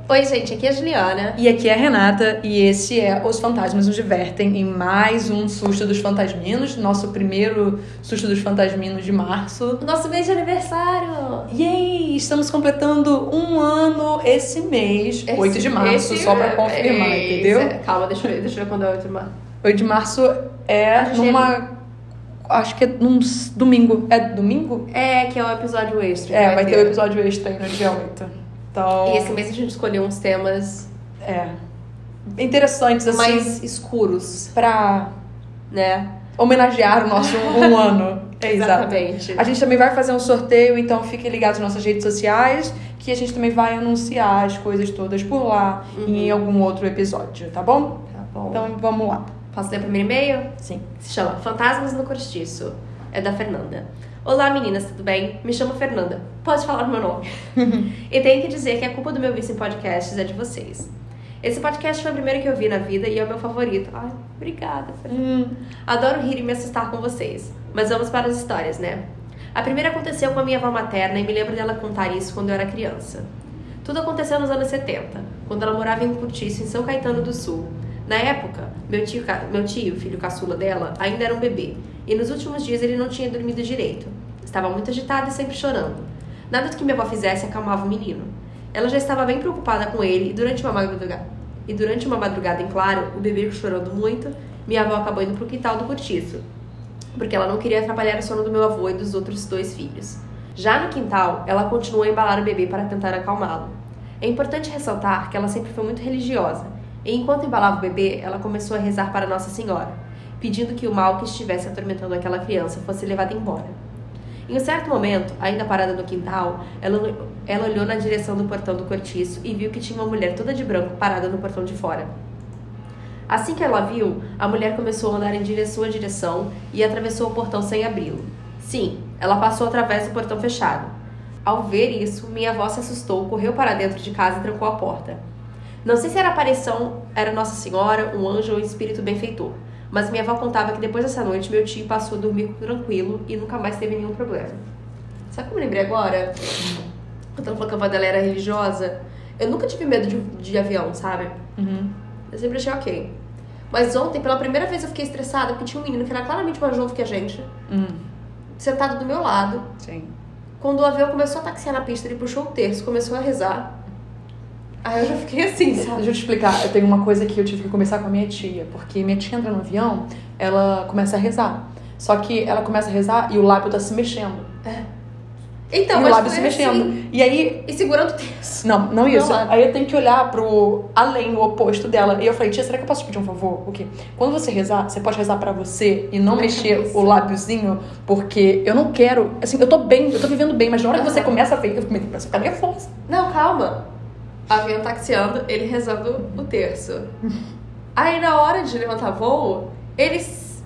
Oi, gente, aqui é a Juliana. E aqui é a Renata, e esse é Os Fantasmas Nos Divertem, em mais um Susto dos Fantasminos, nosso primeiro Susto dos Fantasminos de março. Nosso mês de aniversário! Yay! Estamos completando um ano esse mês, 8 de março, só pra confirmar, entendeu? Calma, deixa eu ver quando é 8 de março. 8 de março é numa... Acho que é num domingo. É domingo? É, que é o episódio extra. Vai ter o episódio extra aí no dia 8. Então, e esse mês a gente escolheu uns temas interessantes, assim, mais escuros pra, né, homenagear o nosso um ano. Exatamente. A gente também vai fazer um sorteio, então fiquem ligados nas nossas redes sociais, que a gente também vai anunciar as coisas todas por lá em algum outro episódio, tá bom? Tá bom. Então vamos lá. Posso ler o primeiro e-mail? Sim. Se chama Fantasmas no Cortiço. É da Fernanda. Olá, meninas, tudo bem? Me chamo Fernanda. Pode falar o meu nome. E tenho que dizer que a culpa do meu vício em podcasts é de vocês. Esse podcast foi o primeiro que eu vi na vida e é o meu favorito. Ai, obrigada, Fernanda. Adoro rir e me assustar com vocês. Mas vamos para as histórias, né? A primeira aconteceu com a minha avó materna e me lembro dela contar isso quando eu era criança. Tudo aconteceu nos anos 70, quando ela morava em Cortiço, em São Caetano do Sul. Na época, meu tio, filho caçula dela, ainda era um bebê. E nos últimos dias ele não tinha dormido direito. Estava muito agitado e sempre chorando. Nada do que minha avó fizesse acalmava o menino. Ela já estava bem preocupada com ele e durante uma madrugada em claro, o bebê chorando muito, minha avó acabou indo para o quintal do cortiço, porque ela não queria atrapalhar o sono do meu avô e dos outros 2 filhos. Já no quintal, ela continuou a embalar o bebê para tentar acalmá-lo. É importante ressaltar que ela sempre foi muito religiosa, e enquanto embalava o bebê, ela começou a rezar para Nossa Senhora, pedindo que o mal que estivesse atormentando aquela criança fosse levado embora. Em um certo momento, ainda parada no quintal, ela olhou na direção do portão do cortiço e viu que tinha uma mulher toda de branco parada no portão de fora. Assim que ela viu, a mulher começou a andar em sua direção e atravessou o portão sem abri-lo. Sim, ela passou através do portão fechado. Ao ver isso, minha avó se assustou, correu para dentro de casa e trancou a porta. Não sei se era aparição, era Nossa Senhora, um anjo ou um espírito benfeitor. Mas minha avó contava que depois dessa noite, meu tio passou a dormir tranquilo e nunca mais teve nenhum problema. Sabe como eu lembrei agora? Quando ela falou que a avó dela era religiosa, eu nunca tive medo de avião, sabe? Eu sempre achei ok. Mas ontem, pela primeira vez, eu fiquei estressada porque tinha um menino que era claramente mais novo que a gente, sentado do meu lado. Sim. Quando o avião começou a taxiar na pista, ele puxou o terço, começou a rezar. Aí eu já fiquei assim, sabe? Deixa eu te explicar. Eu tenho uma coisa que eu tive que conversar com a minha tia. Porque minha tia entra no avião, ela começa a rezar. Só que ela começa a rezar e o lábio tá se mexendo. Então, e mas o lábio se foi mexendo. assim, E aí... E segurando o terço. Não isso. Aí eu tenho que olhar pro além, o oposto dela. E eu falei, tia, será que eu posso te pedir um favor? O quê? Quando você rezar, você pode rezar pra você e não mexer o lábiozinho, porque eu não quero... Assim, eu tô bem, eu tô vivendo bem, mas na hora que você começa a ver, eu começo a ficar nervosa. Não, calma. Avião taxiando, ele rezando o terço. Aí na hora de levantar voo, ele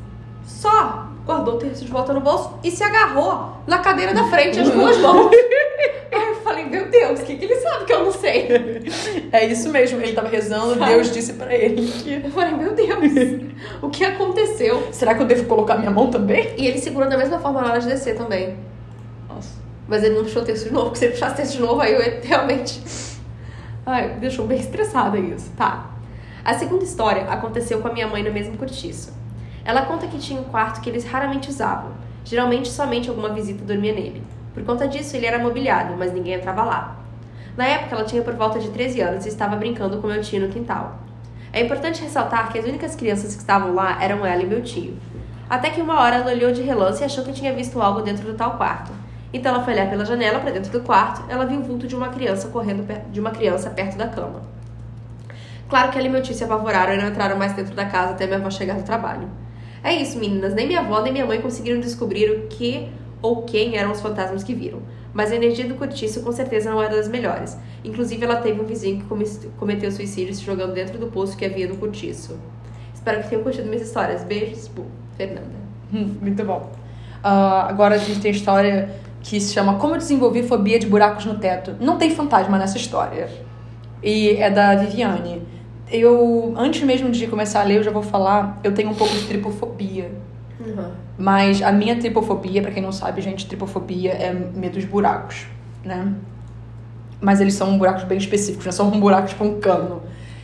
só guardou o terço de volta no bolso e se agarrou na cadeira da frente, as 2 mãos. Aí eu falei, meu Deus, o que ele sabe que eu não sei? É isso mesmo, ele tava rezando, Deus disse pra ele que... Eu falei, meu Deus, o que aconteceu? Será que eu devo colocar minha mão também? E ele segurou da mesma forma na hora de descer também. Nossa. Mas ele não puxou o terço de novo, porque se ele puxasse o terço de novo, aí eu ia realmente... Ai, me deixou bem estressada isso. Tá. A segunda história aconteceu com a minha mãe no mesmo cortiço. Ela conta que tinha um quarto que eles raramente usavam. Geralmente, somente alguma visita dormia nele. Por conta disso, ele era mobiliado, mas ninguém entrava lá. Na época, ela tinha por volta de 13 anos e estava brincando com meu tio no quintal. É importante ressaltar que as únicas crianças que estavam lá eram ela e meu tio. Até que uma hora ela olhou de relance e achou que tinha visto algo dentro do tal quarto. Então ela foi olhar pela janela para dentro do quarto, ela viu o vulto de uma criança perto da cama. Claro que ela e meu tio se apavoraram e não entraram mais dentro da casa até minha avó chegar do trabalho. É isso, meninas, nem minha avó nem minha mãe conseguiram descobrir o que ou quem eram os fantasmas que viram. Mas a energia do cortiço com certeza não era das melhores. Inclusive ela teve um vizinho que cometeu suicídio se jogando dentro do poço que havia no cortiço. Espero que tenham curtido minhas histórias. Beijos, Fernanda. Muito bom. Agora a gente tem a história que se chama Como Desenvolver Fobia de Buracos no Teto. Não tem fantasma nessa história. E é da Viviane. Antes mesmo de começar a ler, eu já vou falar, eu tenho um pouco de tripofobia. Mas a minha tripofobia, pra quem não sabe, gente, tripofobia é medo de buracos, né? Mas eles são buracos bem específicos, não são um buraco tipo um cano.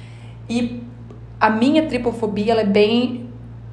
E a minha tripofobia, ela é bem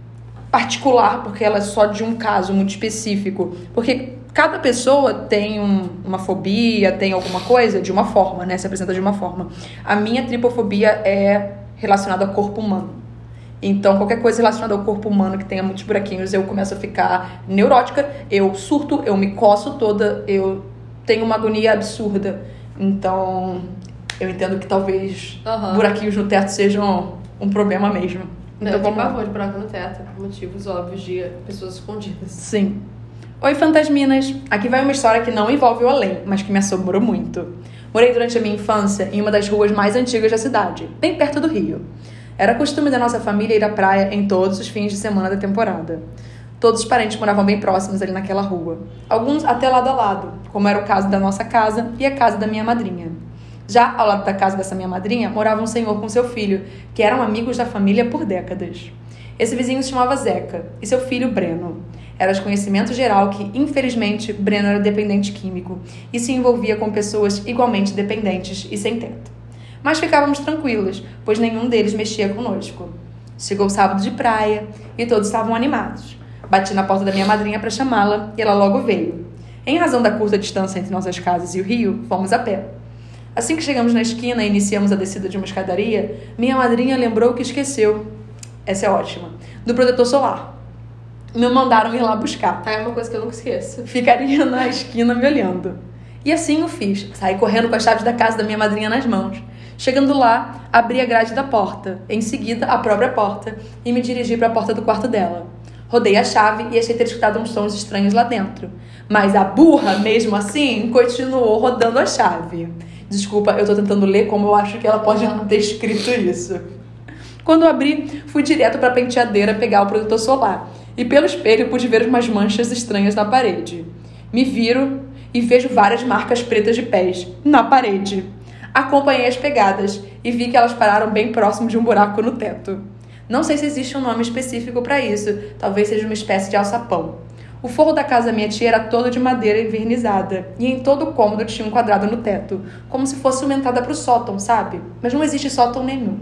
particular, porque ela é só de um caso muito específico. Porque cada pessoa tem uma fobia, tem alguma coisa de uma forma, né? Se apresenta de uma forma. A minha tripofobia é relacionada ao corpo humano. Então, qualquer coisa relacionada ao corpo humano que tenha muitos buraquinhos, eu começo a ficar neurótica, eu surto, eu me coço toda, eu tenho uma agonia absurda. Então, eu entendo que talvez buraquinhos no teto sejam um problema mesmo. Então, eu tenho pavor de buraco no teto, por motivos óbvios de pessoas escondidas. Sim. Oi, fantasminas! Aqui vai uma história que não envolve o além, mas que me assombrou muito. Morei durante a minha infância em uma das ruas mais antigas da cidade, bem perto do rio. Era costume da nossa família ir à praia em todos os fins de semana da temporada. Todos os parentes moravam bem próximos ali naquela rua. Alguns até lado a lado, como era o caso da nossa casa e a casa da minha madrinha. Já ao lado da casa dessa minha madrinha, morava um senhor com seu filho, que eram amigos da família por décadas. Esse vizinho se chamava Zeca, e seu filho Breno. Era de conhecimento geral que, infelizmente, Breno era dependente químico e se envolvia com pessoas igualmente dependentes e sem teto. Mas ficávamos tranquilos, pois nenhum deles mexia conosco. Chegou o sábado de praia e todos estavam animados. Bati na porta da minha madrinha para chamá-la e ela logo veio. Em razão da curta distância entre nossas casas e o rio, fomos a pé. Assim que chegamos na esquina e iniciamos a descida de uma escadaria, minha madrinha lembrou que esqueceu, essa é ótima, do protetor solar. Me mandaram ir lá buscar. É uma coisa que eu nunca esqueço. Ficaria na esquina me olhando. E assim o fiz. Saí correndo com as chaves da casa da minha madrinha nas mãos. Chegando lá, abri a grade da porta, em seguida a própria porta, e me dirigi para a porta do quarto dela. Rodei a chave e achei ter escutado uns sons estranhos lá dentro. Mas a burra, mesmo assim, continuou rodando a chave. Desculpa, eu tô tentando ler como eu acho que ela pode ter escrito isso. Quando eu abri, fui direto para a penteadeira pegar o protetor solar. E pelo espelho pude ver umas manchas estranhas na parede. Me viro e vejo várias marcas pretas de pés na parede. Acompanhei as pegadas e vi que elas pararam bem próximo de um buraco no teto. Não sei se existe um nome específico para isso, talvez seja uma espécie de alçapão. O forro da casa da minha tia era todo de madeira envernizada, e em todo o cômodo tinha um quadrado no teto, como se fosse uma entrada para o sótão, sabe? Mas não existe sótão nenhum.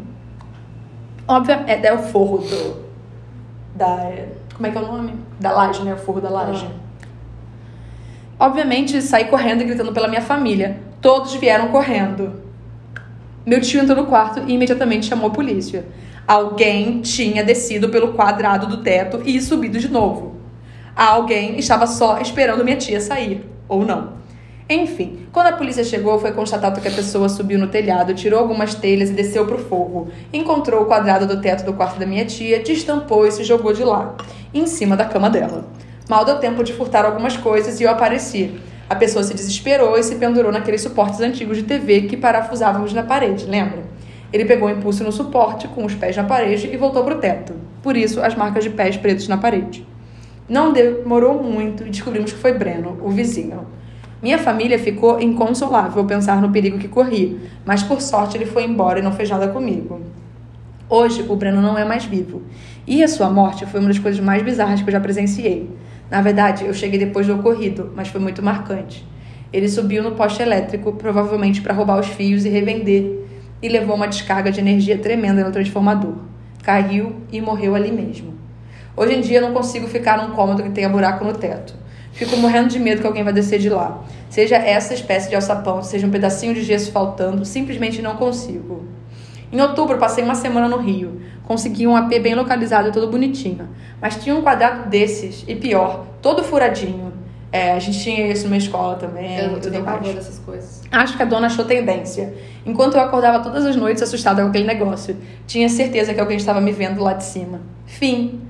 Óbvio, é o forro como é que é o nome? Da laje, né? O forro da laje. Obviamente, saí correndo e gritando pela minha família. Todos vieram correndo. Meu tio entrou no quarto e imediatamente chamou a polícia. Alguém tinha descido pelo quadrado do teto e subido de novo. Alguém estava só esperando minha tia sair. Ou não. Enfim, quando a polícia chegou, foi constatado que a pessoa subiu no telhado, tirou algumas telhas e desceu pro forro. Encontrou o quadrado do teto do quarto da minha tia, destampou e se jogou de lá, em cima da cama dela. Mal deu tempo de furtar algumas coisas e eu apareci. A pessoa se desesperou e se pendurou naqueles suportes antigos de TV que parafusávamos na parede, lembra? Ele pegou um impulso no suporte, com os pés na parede e voltou pro teto. Por isso, as marcas de pés pretos na parede. Não demorou muito e descobrimos que foi Breno, o vizinho. Minha família ficou inconsolável ao pensar no perigo que corri, mas por sorte ele foi embora e não fez nada comigo. Hoje, o Breno não é mais vivo. E a sua morte foi uma das coisas mais bizarras que eu já presenciei. Na verdade, eu cheguei depois do ocorrido, mas foi muito marcante. Ele subiu no poste elétrico, provavelmente para roubar os fios e revender, e levou uma descarga de energia tremenda no transformador. Caiu e morreu ali mesmo. Hoje em dia, eu não consigo ficar num cômodo que tenha buraco no teto. Fico morrendo de medo que alguém vai descer de lá. Seja essa espécie de alçapão, seja um pedacinho de gesso faltando, simplesmente não consigo. Em outubro, passei uma semana no Rio. Consegui um AP bem localizado e todo bonitinho. Mas tinha um quadrado desses, e pior, todo furadinho. A gente tinha isso numa escola também. Eu tenho pavor dessas coisas. Acho que a dona achou tendência. Enquanto eu acordava todas as noites assustada com aquele negócio, tinha certeza que alguém estava me vendo lá de cima. Fim.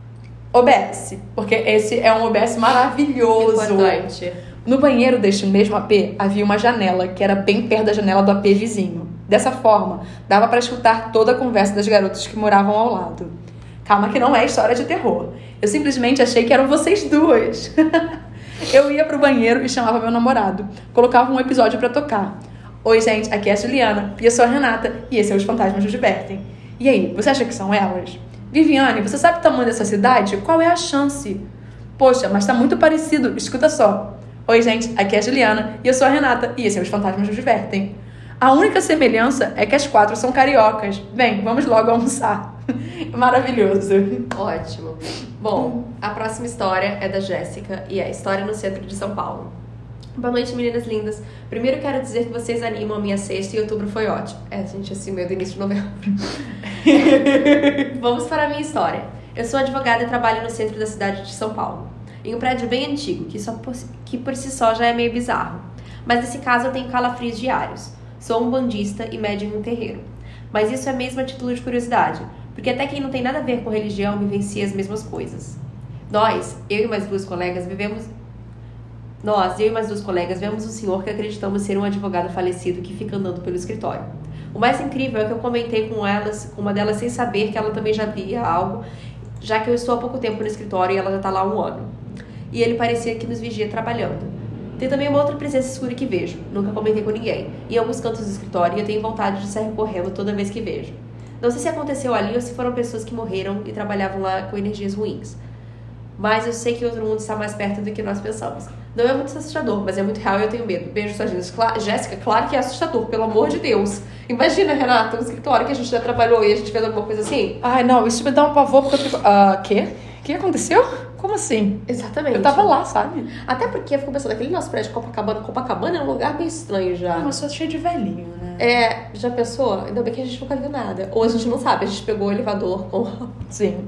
OBS, porque esse é um OBS maravilhoso. Importante. No banheiro deste mesmo AP havia uma janela, que era bem perto da janela do AP vizinho. Dessa forma, dava para escutar toda a conversa das garotas que moravam ao lado. Calma que não é história de terror. Eu simplesmente achei que eram vocês duas. Eu ia pro banheiro e chamava meu namorado. Colocava um episódio pra tocar. Oi, gente, aqui é a Juliana, e eu sou a Renata, e esse é Os Fantasmas nos Divertem. E aí, você acha que são elas? Viviane, você sabe o tamanho dessa cidade? Qual é a chance? Poxa, mas tá muito parecido, escuta só. Oi, gente, aqui é a Juliana e eu sou a Renata e esse é Os Fantasmas Nos Divertem. A única semelhança é que as 4 são cariocas. Bem, vamos logo almoçar. Maravilhoso. Ótimo. Bom, a próxima história é da Jéssica e é História no Centro de São Paulo. Boa noite, meninas lindas. Primeiro quero dizer que vocês animam a minha sexta e outubro foi ótimo. Gente, assim, meu do início de novembro. Vamos para a minha história. Eu sou advogada e trabalho no centro da cidade de São Paulo, em um prédio bem antigo, que por si só já é meio bizarro. Mas nesse caso eu tenho calafrios diários. Sou um bandista e médium em um terreiro. Mas isso é mesmo a título de curiosidade, porque até quem não tem nada a ver com religião vivencia as mesmas coisas. Eu e mais duas colegas vemos um senhor que acreditamos ser um advogado falecido que fica andando pelo escritório. O mais incrível é que eu comentei com uma delas sem saber que ela também já via algo, já que eu estou há pouco tempo no escritório e ela já está lá há 1 ano. E ele parecia que nos vigia trabalhando. Tem também uma outra presença escura que vejo, nunca comentei com ninguém, em alguns cantos do escritório e eu tenho vontade de sair correndo toda vez que vejo. Não sei se aconteceu ali ou se foram pessoas que morreram e trabalhavam lá com energias ruins. Mas eu sei que outro mundo está mais perto do que nós pensamos. Não é muito assustador, mas é muito real e eu tenho medo. Beijo, sua Jéssica, claro que é assustador, pelo amor de Deus. Imagina, Renata, um escritório que a gente já trabalhou e a gente fez alguma coisa assim. Ai, não, isso me dá um pavor porque eu fico... quê? O que aconteceu? Como assim? Exatamente. Eu tava lá, sabe? Até porque eu fico pensando, aquele nosso prédio de Copacabana é um lugar meio estranho já. Mas só cheio de velhinho, né? Já pensou? Ainda bem que a gente nunca viu nada. Ou a gente não sabe, a gente pegou o elevador com... Sim.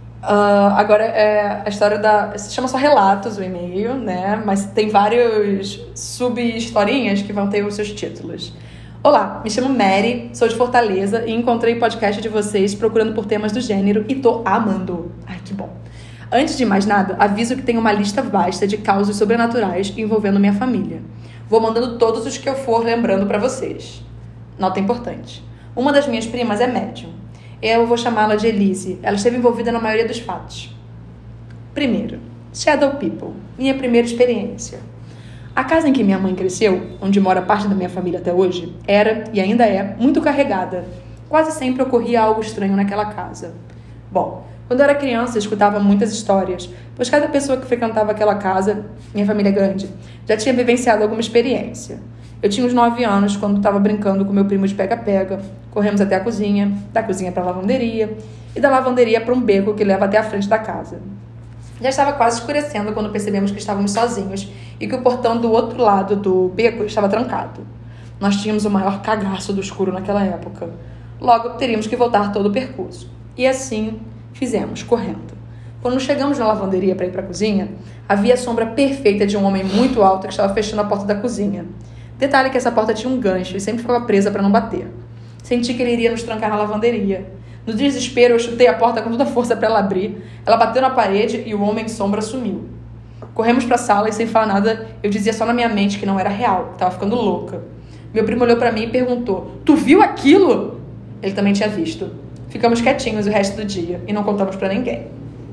Agora, a história se chama só Relatos, o e-mail, né? Mas tem vários sub-historinhas que vão ter os seus títulos. Olá, me chamo Mary, sou de Fortaleza e encontrei o podcast de vocês procurando por temas do gênero e tô amando. Ai, que bom. Antes de mais nada, aviso que tenho uma lista vasta de causos sobrenaturais envolvendo minha família. Vou mandando todos os que eu for lembrando pra vocês. Nota importante. Uma das minhas primas é médium. Eu vou chamá-la de Elise. Ela esteve envolvida na maioria dos fatos. Primeiro, Shadow People. Minha primeira experiência. A casa em que minha mãe cresceu, onde mora parte da minha família até hoje, era, e ainda é, muito carregada. Quase sempre ocorria algo estranho naquela casa. Bom, quando eu era criança, eu escutava muitas histórias, pois cada pessoa que frequentava aquela casa, minha família grande, já tinha vivenciado alguma experiência. Eu tinha uns 9 anos quando estava brincando com meu primo de pega-pega. Corremos até a cozinha, da cozinha para a lavanderia e da lavanderia para um beco que leva até a frente da casa. Já estava quase escurecendo quando percebemos que estávamos sozinhos e que o portão do outro lado do beco estava trancado. Nós tínhamos o maior cagaço do escuro naquela época. Logo, teríamos que voltar todo o percurso. E assim fizemos, correndo. Quando chegamos na lavanderia para ir para a cozinha, havia a sombra perfeita de um homem muito alto que estava fechando a porta da cozinha. Detalhe que essa porta tinha um gancho e sempre ficava presa para não bater. Senti que ele iria nos trancar na lavanderia. No desespero, eu chutei a porta com toda a força para ela abrir. Ela bateu na parede e o homem sombra sumiu. Corremos para a sala e, sem falar nada, eu dizia só na minha mente que não era real, que estava ficando louca. Meu primo olhou para mim e perguntou: "Tu viu aquilo?" Ele também tinha visto. Ficamos quietinhos o resto do dia e não contamos para ninguém.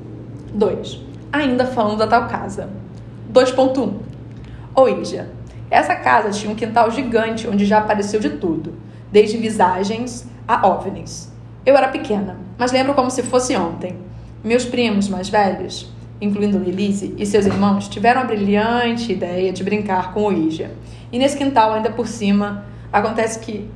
2. Ainda falando da tal casa. 2.1. Ouija. Essa casa tinha um quintal gigante onde já apareceu de tudo, desde visagens a OVNIs. Eu era pequena, mas lembro como se fosse ontem. Meus primos mais velhos, incluindo Elise e seus irmãos, tiveram a brilhante ideia de brincar com Ouija. E nesse quintal, ainda por cima, acontece que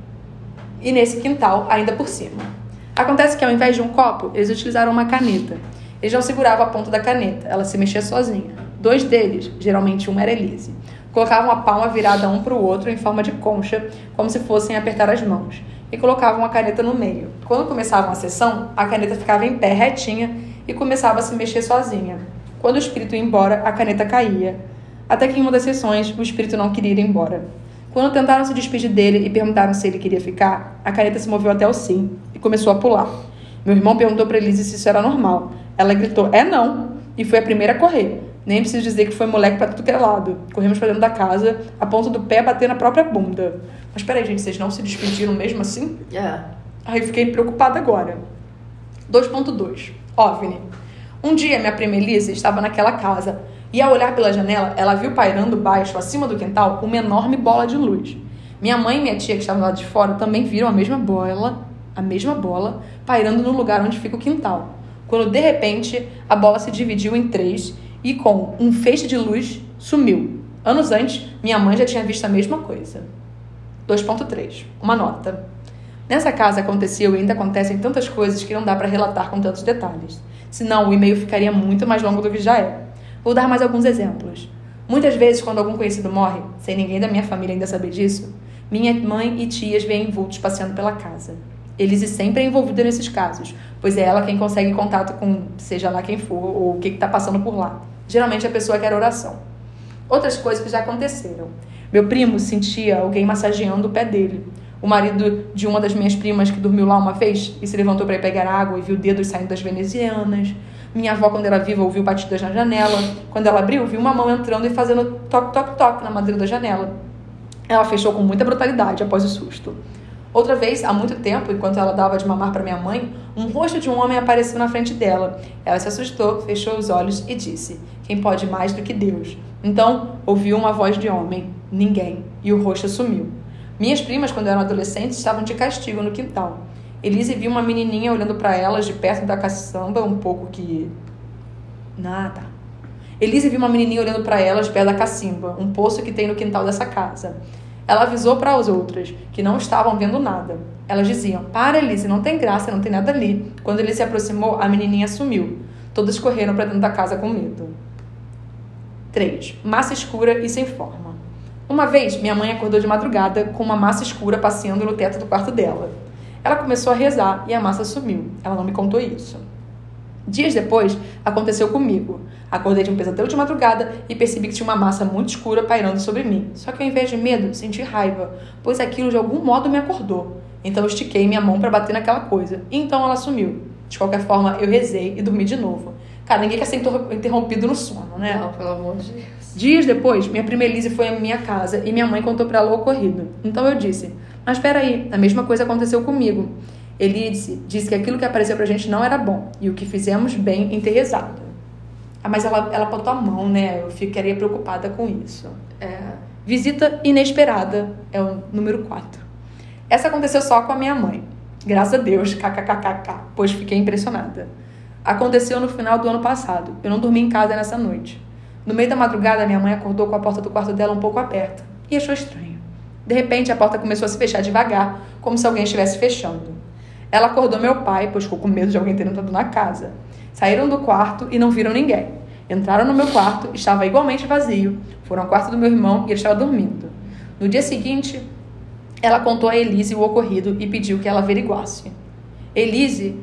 ao invés de um copo, eles utilizaram uma caneta. Eles não seguravam a ponta da caneta, ela se mexia sozinha. 2 deles, geralmente um era Elise, colocavam a palma virada um para o outro em forma de concha, como se fossem apertar as mãos, e colocavam a caneta no meio. Quando começavam a sessão, a caneta ficava em pé retinha e começava a se mexer sozinha. Quando o espírito ia embora, a caneta caía. Até que em uma das sessões, o espírito não queria ir embora. Quando tentaram se despedir dele e perguntaram se ele queria ficar, a caneta se moveu até o sim e começou a pular. Meu irmão perguntou para Elise se isso era normal. Ela gritou: "É não!" e foi a primeira a correr. Nem preciso dizer que foi moleque pra tudo que é lado. Corremos pra dentro da casa, a ponta do pé bater na própria bunda. Mas peraí, gente, vocês não se despediram mesmo assim? Aí eu fiquei preocupada agora. 2.2. OVNI. Um dia, minha prima Elise estava naquela casa e, ao olhar pela janela, ela viu pairando baixo, acima do quintal, uma enorme bola de luz. Minha mãe e minha tia, que estavam lá de fora, também viram a mesma bola, pairando no lugar onde fica o quintal. Quando, de repente, a bola se dividiu em 3 e, com um feixe de luz, sumiu. Anos antes, minha mãe já tinha visto a mesma coisa. 2.3. Uma nota. Nessa casa aconteceu e ainda acontecem tantas coisas que não dá para relatar com tantos detalhes. Senão o e-mail ficaria muito mais longo do que já é. Vou dar mais alguns exemplos. Muitas vezes, quando algum conhecido morre, sem ninguém da minha família ainda saber disso, minha mãe e tias veem vultos passeando pela casa. Elise sempre é envolvida nesses casos, pois é ela quem consegue contato com seja lá quem for ou o que está passando por lá. Geralmente a pessoa quer oração. Outras coisas que já aconteceram. Meu primo sentia alguém massageando o pé dele. O marido de uma das minhas primas que dormiu lá uma vez e se levantou para ir pegar água e viu dedos saindo das venezianas. Minha avó, quando era viva, ouviu batidas na janela. Quando ela abriu, viu uma mão entrando e fazendo toque, toque, toque na madeira da janela. Ela fechou com muita brutalidade após o susto. Outra vez, há muito tempo, enquanto ela dava de mamar para minha mãe, um rosto de um homem apareceu na frente dela. Ela se assustou, fechou os olhos e disse: quem pode mais do que Deus? Então, ouviu uma voz de homem: ninguém. E o rosto sumiu. Minhas primas, quando eram adolescentes, estavam de castigo no quintal. Elise viu uma menininha olhando para elas de perto da caçamba, um pouco que... Nada. Elise viu uma menininha olhando para elas de perto da cacimba, um poço que tem no quintal dessa casa. Ela avisou para as outras, que não estavam vendo nada. Elas diziam: para, Elise, não tem graça, não tem nada ali. Quando ele se aproximou, a menininha sumiu. Todas correram para dentro da casa com medo. 3. Massa escura e sem forma. Uma vez, minha mãe acordou de madrugada com uma massa escura passeando no teto do quarto dela. Ela começou a rezar e a massa sumiu. Ela não me contou isso. Dias depois, aconteceu comigo. Acordei de um pesadelo de madrugada e percebi que tinha uma massa muito escura pairando sobre mim. Só que ao invés de medo, senti raiva, pois aquilo de algum modo me acordou. Então eu estiquei minha mão para bater naquela coisa. E então ela sumiu. De qualquer forma, eu rezei e dormi de novo. Cara, ninguém quer ser interrompido no sono, né? Não, pelo amor de Deus. Dias depois, minha prima Elise foi à minha casa e minha mãe contou para ela o ocorrido. Então eu disse: mas peraí, a mesma coisa aconteceu comigo. Elise disse que aquilo que apareceu pra gente não era bom e o que fizemos bem em ter rezado. Ah, mas ela botou a mão, né? Eu ficaria preocupada com isso. Visita inesperada é o número 4. Essa aconteceu só com a minha mãe. Graças a Deus, kkkk, pois fiquei impressionada. Aconteceu no final do ano passado. Eu não dormi em casa nessa noite. No meio da madrugada, minha mãe acordou com a porta do quarto dela um pouco aberta e achou estranho. De repente, a porta começou a se fechar devagar, como se alguém estivesse fechando. Ela acordou meu pai, pois ficou com medo de alguém ter entrado na casa. Saíram do quarto e não viram ninguém. Entraram no meu quarto, estava igualmente vazio. Foram ao quarto do meu irmão e ele estava dormindo. No dia seguinte, ela contou a Elise o ocorrido e pediu que ela averiguasse. Elise,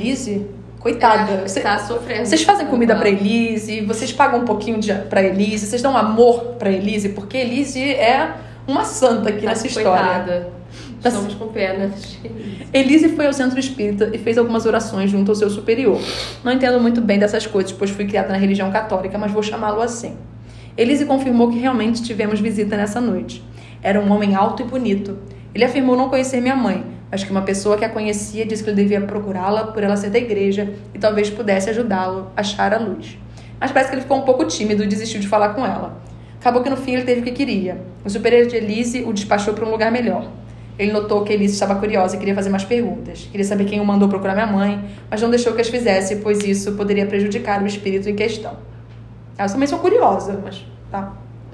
coitada. Tá sofrendo. Vocês fazem comida pra Elise, vocês pagam um pouquinho pra Elise, vocês dão amor pra Elise, porque Elise é uma santa aqui nessa história. Coitada. Estamos com pena. Elise foi ao centro espírita e fez algumas orações junto ao seu superior. Não entendo muito bem dessas coisas, pois fui criada na religião católica, mas vou chamá-lo assim. Elise confirmou que realmente tivemos visita nessa noite. Era um homem alto e bonito. Ele afirmou não conhecer minha mãe, mas que uma pessoa que a conhecia disse que ele devia procurá-la por ela ser da igreja e talvez pudesse ajudá-lo a achar a luz. Mas parece que ele ficou um pouco tímido e desistiu de falar com ela. Acabou que no fim ele teve o que queria. O superior de Elise o despachou para um lugar melhor. Ele notou que Elise estava curiosa e queria fazer mais perguntas. Queria saber quem o mandou procurar minha mãe, mas não deixou que as fizesse, pois isso poderia prejudicar o espírito em questão. Elas também são curiosas, mas tá.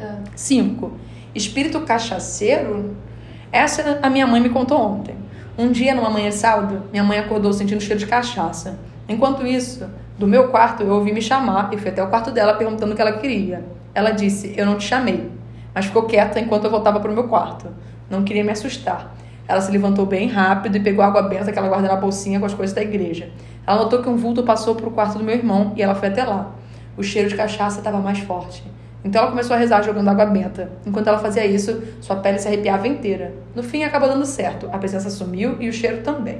5. Espírito cachaceiro? Essa a minha mãe me contou ontem. Um dia, numa manhã de sábado, minha mãe acordou sentindo cheiro de cachaça. Enquanto isso, do meu quarto, eu ouvi me chamar e fui até o quarto dela perguntando o que ela queria. Ela disse: eu não te chamei, mas ficou quieta enquanto eu voltava para o meu quarto. Não queria me assustar. Ela se levantou bem rápido e pegou a água benta que ela guarda na bolsinha com as coisas da igreja. Ela notou que um vulto passou para o quarto do meu irmão e ela foi até lá. O cheiro de cachaça estava mais forte. Então ela começou a rezar jogando água benta. Enquanto ela fazia isso, sua pele se arrepiava inteira. No fim, acabou dando certo. A presença sumiu e o cheiro também.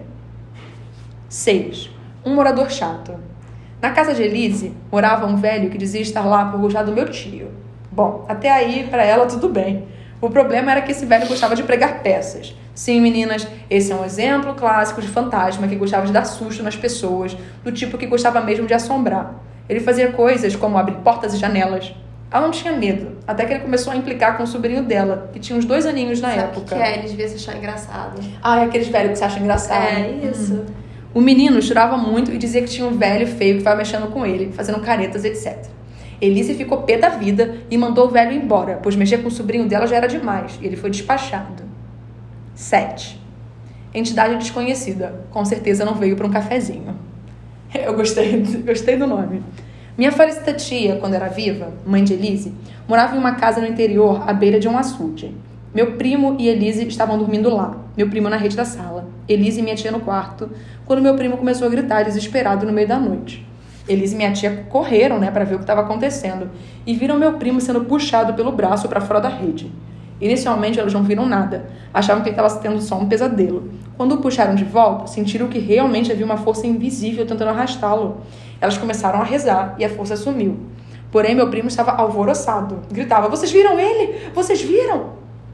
6. Um morador chato. Na casa de Elise, morava um velho que dizia estar lá por gostar do meu tio. Bom, até aí, para ela, tudo bem. O problema era que esse velho gostava de pregar peças. Sim, meninas, esse é um exemplo clássico de fantasma que gostava de dar susto nas pessoas, do tipo que gostava mesmo de assombrar. Ele fazia coisas como abrir portas e janelas. Ela não tinha medo, até que ele começou a implicar com o sobrinho dela, que tinha uns 2 aninhos na época. Sabe o que ele devia se achar engraçado. Ah, é aqueles velhos que se acham engraçado. É, isso. O menino chorava muito e dizia que tinha um velho feio que estava mexendo com ele, fazendo caretas, etc. Elise ficou pé da vida e mandou o velho embora, pois mexer com o sobrinho dela já era demais, e ele foi despachado. 7. Entidade desconhecida. Com certeza não veio para um cafezinho. Eu gostei do nome. Minha falecida tia, quando era viva, mãe de Elise, morava em uma casa no interior, à beira de um açude. Meu primo e Elise estavam dormindo lá. Meu primo na rede da sala. Elise e minha tia no quarto, quando meu primo começou a gritar desesperado no meio da noite. Elise e minha tia correram, para ver o que estava acontecendo e viram meu primo sendo puxado pelo braço para fora da rede. Inicialmente elas não viram nada, achavam que ele estava tendo só um pesadelo. Quando o puxaram de volta, sentiram que realmente havia uma força invisível tentando arrastá-lo. Elas começaram a rezar e a força sumiu. Porém, meu primo estava alvoroçado. Gritava, vocês viram ele? Vocês viram?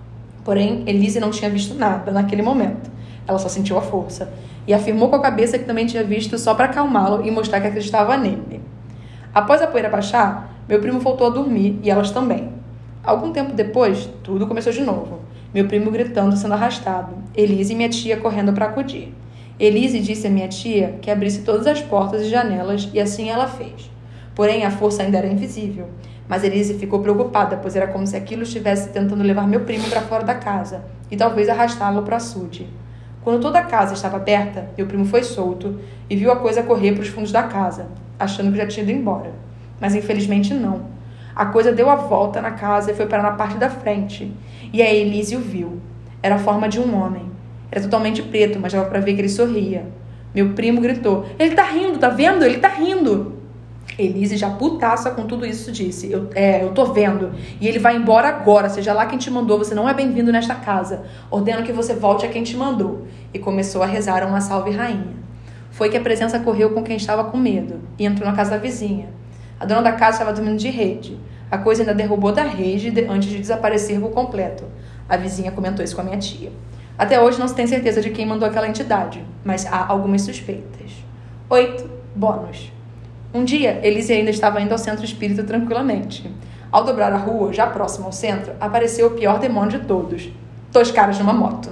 Porém, Elise não tinha visto nada naquele momento. Ela só sentiu a força. E afirmou com a cabeça que também tinha visto só para acalmá-lo e mostrar que acreditava nele. Após a poeira baixar, meu primo voltou a dormir e elas também. Algum tempo depois, tudo começou de novo. Meu primo gritando, sendo arrastado. Elise e minha tia correndo para acudir. Elise disse a minha tia que abrisse todas as portas e janelas e assim ela fez. Porém, a força ainda era invisível. Mas Elise ficou preocupada, pois era como se aquilo estivesse tentando levar meu primo para fora da casa e talvez arrastá-lo para o açude. Quando toda a casa estava aberta, meu primo foi solto e viu a coisa correr para os fundos da casa, achando que já tinha ido embora. Mas infelizmente não. A coisa deu a volta na casa e foi parar na parte da frente. E a Elise o viu. Era a forma de um homem. Era totalmente preto, mas dava para ver que ele sorria. Meu primo gritou, ele tá rindo, tá vendo? Ele tá rindo. Elise, já putaça com tudo isso, disse, eu tô vendo. E ele vai embora agora, seja lá quem te mandou, você não é bem-vindo nesta casa. Ordeno que você volte a quem te mandou. E começou a rezar uma salve rainha. Foi que a presença correu com quem estava com medo e entrou na casa da vizinha. A dona da casa estava dormindo de rede. A coisa ainda derrubou da rede antes de desaparecer por completo. A vizinha comentou isso com a minha tia. Até hoje não se tem certeza de quem mandou aquela entidade, mas há algumas suspeitas. 8. Bônus. Um dia, Elise ainda estava indo ao centro espírita tranquilamente. Ao dobrar a rua, já próximo ao centro, apareceu o pior demônio de todos. 2 caras numa moto.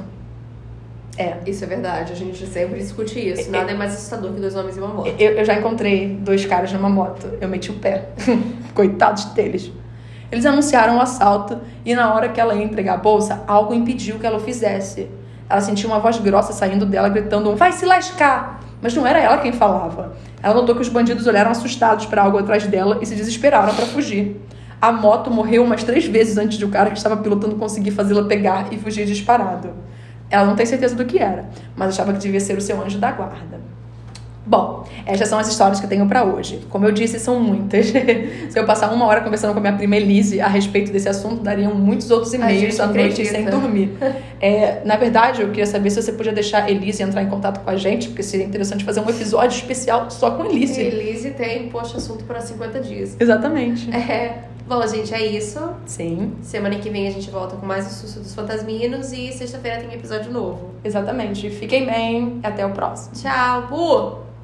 Isso é verdade, a gente sempre discute isso. Nada é mais assustador que 2 homens em uma moto. Eu já encontrei 2 caras numa moto. Eu meti o pé. Coitados deles. Eles anunciaram o assalto e na hora que ela ia entregar a bolsa, algo impediu que ela o fizesse. Ela sentiu uma voz grossa saindo dela, gritando, vai se lascar! Mas não era ela quem falava. Ela notou que os bandidos olharam assustados para algo atrás dela e se desesperaram para fugir. A moto morreu umas 3 vezes antes de o cara que estava pilotando conseguir fazê-la pegar e fugir disparado. Ela não tem certeza do que era, mas achava que devia ser o seu anjo da guarda. Bom, estas são as histórias que eu tenho pra hoje. Como eu disse, são muitas. Se eu passar 1 hora conversando com a minha prima Elise a respeito desse assunto, dariam muitos outros e-mails à noite sem dormir. Na verdade, eu queria saber se você podia deixar a Elise entrar em contato com a gente, porque seria interessante fazer um episódio especial só com a Elise. Elise tem, assunto para 50 dias. Exatamente. Bom, gente, é isso. Sim. Semana que vem a gente volta com mais o Susto dos Fantasminos e sexta-feira tem episódio novo. Exatamente. Fiquem bem. Até o próximo. Tchau, Bu!